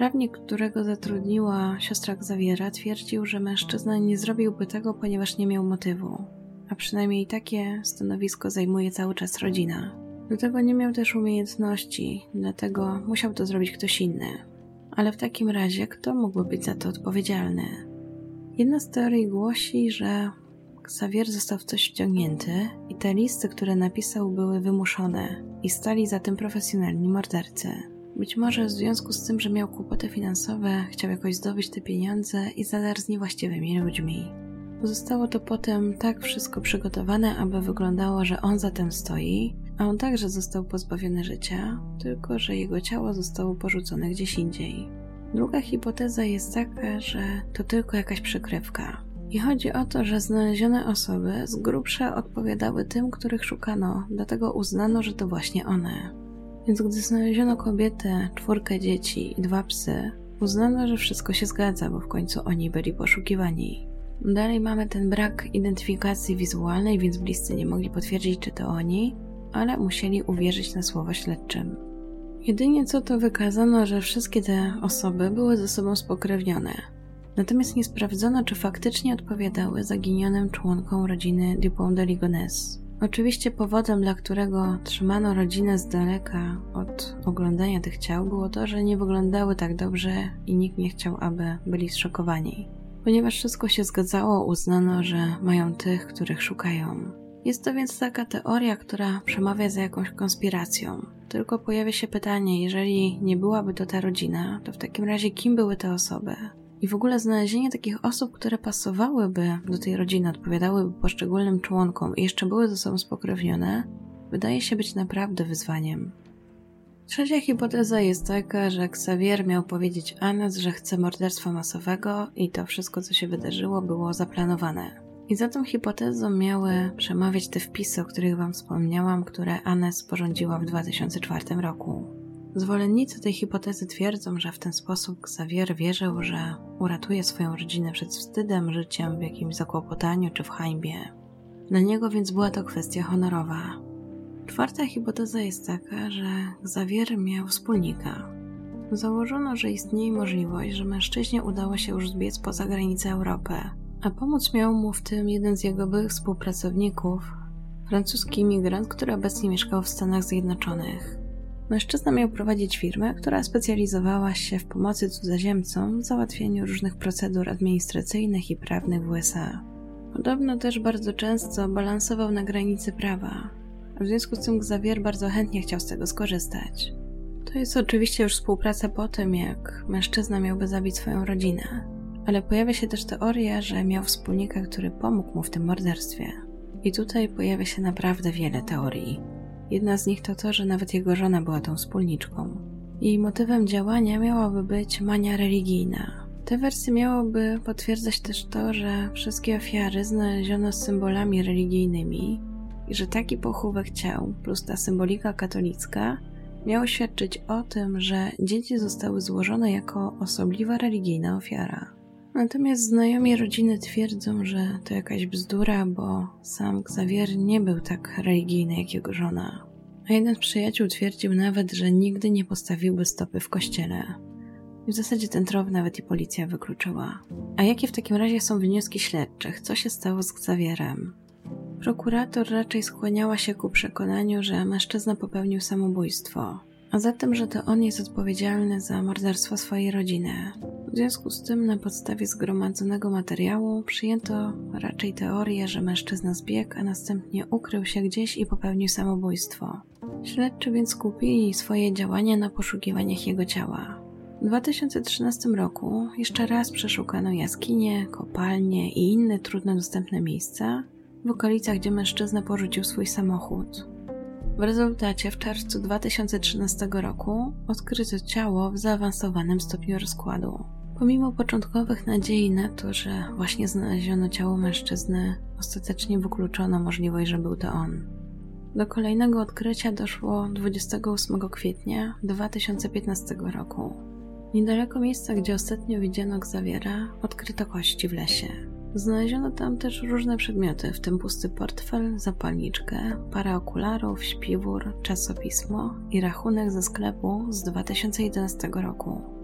Prawnik, którego zatrudniła siostra Xaviera, twierdził, że mężczyzna nie zrobiłby tego, ponieważ nie miał motywu. A przynajmniej takie stanowisko zajmuje cały czas rodzina. Do tego nie miał też umiejętności, dlatego musiał to zrobić ktoś inny. Ale w takim razie kto mógłby być za to odpowiedzialny? Jedna z teorii głosi, że Xavier został w coś wciągnięty i te listy, które napisał, były wymuszone i stali za tym profesjonalni mordercy. Być może w związku z tym, że miał kłopoty finansowe, chciał jakoś zdobyć te pieniądze i zadarł z niewłaściwymi ludźmi. Zostało to potem tak wszystko przygotowane, aby wyglądało, że on za tym stoi, a on także został pozbawiony życia, tylko że jego ciało zostało porzucone gdzieś indziej. Druga hipoteza jest taka, że to tylko jakaś przykrywka. I chodzi o to, że znalezione osoby z grubsza odpowiadały tym, których szukano, dlatego uznano, że to właśnie one. Więc gdy znaleziono kobietę, czwórkę dzieci i dwa psy, uznano, że wszystko się zgadza, bo w końcu oni byli poszukiwani. Dalej mamy ten brak identyfikacji wizualnej, więc bliscy nie mogli potwierdzić, czy to oni, ale musieli uwierzyć na słowo śledczym. Jedynie co to wykazano, że wszystkie te osoby były ze sobą spokrewnione. Natomiast nie sprawdzono, czy faktycznie odpowiadały zaginionym członkom rodziny Dupont de Ligonnès. Oczywiście powodem, dla którego trzymano rodzinę z daleka od oglądania tych ciał, było to, że nie wyglądały tak dobrze i nikt nie chciał, aby byli zszokowani. Ponieważ wszystko się zgadzało, uznano, że mają tych, których szukają. Jest to więc taka teoria, która przemawia za jakąś konspiracją. Tylko pojawia się pytanie, jeżeli nie byłaby to ta rodzina, to w takim razie kim były te osoby? I w ogóle znalezienie takich osób, które pasowałyby do tej rodziny, odpowiadałyby poszczególnym członkom i jeszcze były ze sobą spokrewnione, wydaje się być naprawdę wyzwaniem. Trzecia hipoteza jest taka, że Xavier miał powiedzieć Ines, że chce morderstwa masowego i to wszystko, co się wydarzyło, było zaplanowane. I za tą hipotezą miały przemawiać te wpisy, o których wam wspomniałam, które Ines sporządziła w dwa tysiące czwartym roku. Zwolennicy tej hipotezy twierdzą, że w ten sposób Xavier wierzył, że uratuje swoją rodzinę przed wstydem, życiem w jakimś zakłopotaniu czy w hańbie. Dla niego więc była to kwestia honorowa. Czwarta hipoteza jest taka, że Xavier miał wspólnika. Założono, że istnieje możliwość, że mężczyźnie udało się już zbiec poza granice Europy, a pomóc miał mu w tym jeden z jego byłych współpracowników, francuski imigrant, który obecnie mieszkał w Stanach Zjednoczonych. Mężczyzna miał prowadzić firmę, która specjalizowała się w pomocy cudzoziemcom w załatwieniu różnych procedur administracyjnych i prawnych w U S A. Podobno też bardzo często balansował na granicy prawa, a w związku z tym Xavier bardzo chętnie chciał z tego skorzystać. To jest oczywiście już współpraca po tym, jak mężczyzna miałby zabić swoją rodzinę, ale pojawia się też teoria, że miał wspólnika, który pomógł mu w tym morderstwie. I tutaj pojawia się naprawdę wiele teorii. Jedna z nich to to, że nawet jego żona była tą wspólniczką. Jej motywem działania miałaby być mania religijna. Te wersje miałoby potwierdzać też to, że wszystkie ofiary znaleziono z symbolami religijnymi i że taki pochówek ciał plus ta symbolika katolicka miało świadczyć o tym, że dzieci zostały złożone jako osobliwa religijna ofiara. Natomiast znajomi rodziny twierdzą, że to jakaś bzdura, bo sam Xavier nie był tak religijny jak jego żona. A jeden z przyjaciół twierdził nawet, że nigdy nie postawiłby stopy w kościele. I w zasadzie ten trop nawet i policja wykluczyła. A jakie w takim razie są wnioski śledczych? Co się stało z Xavierem? Prokurator raczej skłaniała się ku przekonaniu, że mężczyzna popełnił samobójstwo, a zatem, że to on jest odpowiedzialny za morderstwo swojej rodziny. W związku z tym na podstawie zgromadzonego materiału przyjęto raczej teorię, że mężczyzna zbiegł, a następnie ukrył się gdzieś i popełnił samobójstwo. Śledczy więc skupili swoje działania na poszukiwaniach jego ciała. W dwa tysiące trzynastym roku jeszcze raz przeszukano jaskinie, kopalnie i inne trudno dostępne miejsca w okolicach, gdzie mężczyzna porzucił swój samochód. W rezultacie w czerwcu dwa tysiące trzynastego roku odkryto ciało w zaawansowanym stopniu rozkładu. Pomimo początkowych nadziei na to, że właśnie znaleziono ciało mężczyzny, ostatecznie wykluczono możliwość, że był to on. Do kolejnego odkrycia doszło dwudziestego ósmego kwietnia dwa tysiące piętnastego roku. Niedaleko miejsca, gdzie ostatnio widziano Xaviera, odkryto kości w lesie. Znaleziono tam też różne przedmioty, w tym pusty portfel, zapalniczkę, parę okularów, śpiwór, czasopismo i rachunek ze sklepu z dwa tysiące jedenastego roku.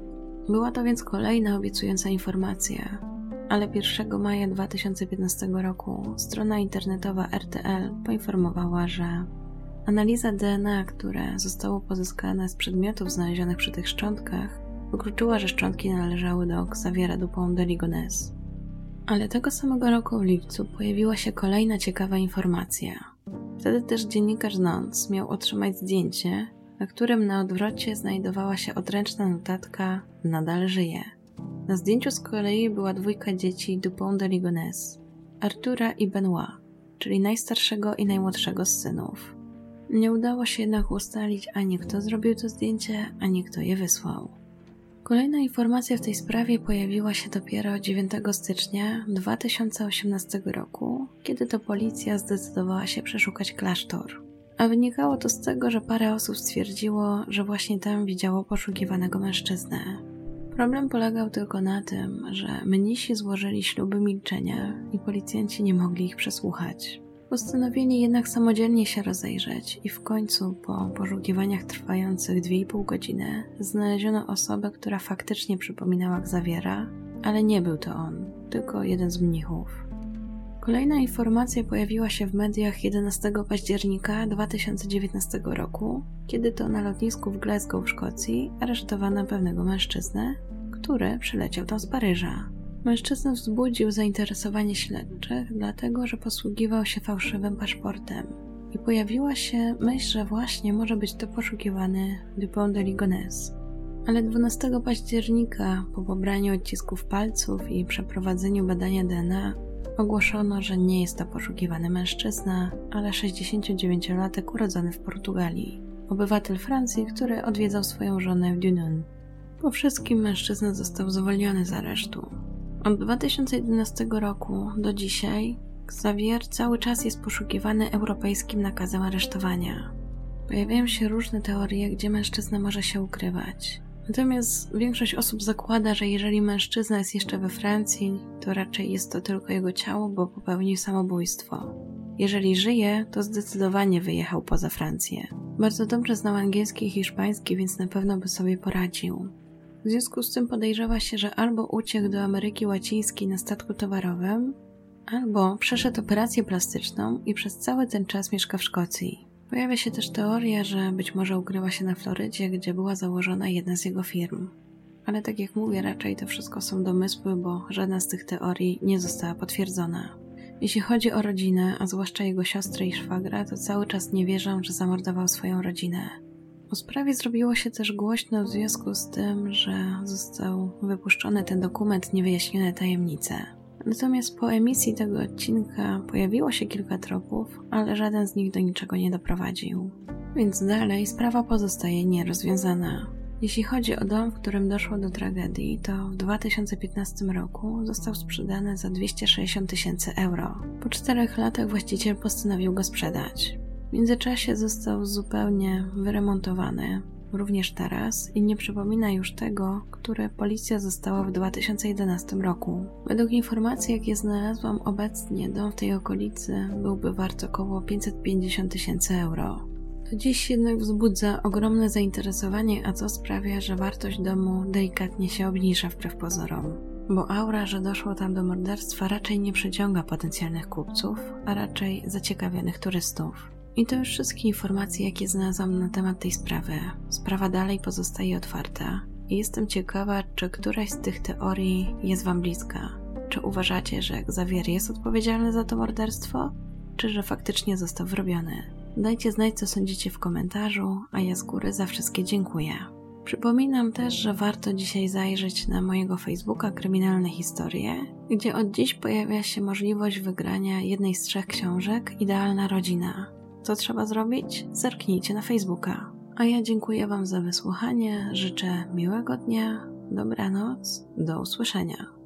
Była to więc kolejna obiecująca informacja, ale pierwszego maja dwa tysiące piętnastego roku strona internetowa R T L poinformowała, że analiza D N A, które zostało pozyskane z przedmiotów znalezionych przy tych szczątkach, wykluczyła, że szczątki należały do Xaviera Dupont de Ligonnès. Ale tego samego roku w lipcu pojawiła się kolejna ciekawa informacja. Wtedy też dziennikarz Nantes miał otrzymać zdjęcie, na którym na odwrocie znajdowała się odręczna notatka „Nadal żyje”. Na zdjęciu z kolei była dwójka dzieci Dupont de Ligonnès, Artura i Benoit, czyli najstarszego i najmłodszego z synów. Nie udało się jednak ustalić ani kto zrobił to zdjęcie, ani kto je wysłał. Kolejna informacja w tej sprawie pojawiła się dopiero dziewiątego stycznia dwa tysiące osiemnastego roku, kiedy to policja zdecydowała się przeszukać klasztor. A wynikało to z tego, że parę osób stwierdziło, że właśnie tam widziało poszukiwanego mężczyznę. Problem polegał tylko na tym, że mnisi złożyli śluby milczenia i policjanci nie mogli ich przesłuchać. Postanowili jednak samodzielnie się rozejrzeć i w końcu po poszukiwaniach trwających dwie i pół godziny znaleziono osobę, która faktycznie przypominała Xaviera, ale nie był to on, tylko jeden z mnichów. Kolejna informacja pojawiła się w mediach jedenastego października dwa tysiące dziewiętnastego roku, kiedy to na lotnisku w Glasgow w Szkocji aresztowano pewnego mężczyznę, który przyleciał tam z Paryża. Mężczyzna wzbudził zainteresowanie śledczych, dlatego że posługiwał się fałszywym paszportem i pojawiła się myśl, że właśnie może być to poszukiwany Dupont de Ligonnès. Ale dwunastego października, po pobraniu odcisków palców i przeprowadzeniu badania D N A, ogłoszono, że nie jest to poszukiwany mężczyzna, ale sześćdziesięciodziewięciolatek urodzony w Portugalii, obywatel Francji, który odwiedzał swoją żonę w Dunoon. Po wszystkim mężczyzna został zwolniony z aresztu. Od dwa tysiące jedenastego roku do dzisiaj Xavier cały czas jest poszukiwany europejskim nakazem aresztowania. Pojawiają się różne teorie, gdzie mężczyzna może się ukrywać. Natomiast większość osób zakłada, że jeżeli mężczyzna jest jeszcze we Francji, to raczej jest to tylko jego ciało, bo popełnił samobójstwo. Jeżeli żyje, to zdecydowanie wyjechał poza Francję. Bardzo dobrze znał angielski i hiszpański, więc na pewno by sobie poradził. W związku z tym podejrzewa się, że albo uciekł do Ameryki Łacińskiej na statku towarowym, albo przeszedł operację plastyczną i przez cały ten czas mieszka w Szkocji. Pojawia się też teoria, że być może ukrywa się na Florydzie, gdzie była założona jedna z jego firm. Ale tak jak mówię, raczej to wszystko są domysły, bo żadna z tych teorii nie została potwierdzona. Jeśli chodzi o rodzinę, a zwłaszcza jego siostrę i szwagra, to cały czas nie wierzą, że zamordował swoją rodzinę. O sprawie zrobiło się też głośno w związku z tym, że został wypuszczony ten dokument Niewyjaśnione tajemnice. Natomiast po emisji tego odcinka pojawiło się kilka tropów, ale żaden z nich do niczego nie doprowadził. Więc dalej sprawa pozostaje nierozwiązana. Jeśli chodzi o dom, w którym doszło do tragedii, to w dwa tysiące piętnastym roku został sprzedany za dwieście sześćdziesiąt tysięcy euro. Po czterech latach właściciel postanowił go sprzedać. W międzyczasie został zupełnie wyremontowany, również teraz, i nie przypomina już tego, które policja została w dwa tysiące jedenastym roku. Według informacji, jakie znalazłam obecnie, dom w tej okolicy byłby wart około pięćset pięćdziesiąt tysięcy euro. Do dziś jednak wzbudza ogromne zainteresowanie, a co sprawia, że wartość domu delikatnie się obniża wbrew pozorom. Bo aura, że doszło tam do morderstwa, raczej nie przyciąga potencjalnych kupców, a raczej zaciekawionych turystów. I to już wszystkie informacje, jakie znalazłam na temat tej sprawy. Sprawa dalej pozostaje otwarta i jestem ciekawa, czy któraś z tych teorii jest wam bliska. Czy uważacie, że Xavier jest odpowiedzialny za to morderstwo, czy że faktycznie został wyrobiony? Dajcie znać, co sądzicie w komentarzu, a ja z góry za wszystkie dziękuję. Przypominam też, że warto dzisiaj zajrzeć na mojego Facebooka Kryminalne Historie, gdzie od dziś pojawia się możliwość wygrania jednej z trzech książek Idealna Rodzina. Co trzeba zrobić? Zerknijcie na Facebooka. A ja dziękuję wam za wysłuchanie, życzę miłego dnia, dobranoc, do usłyszenia.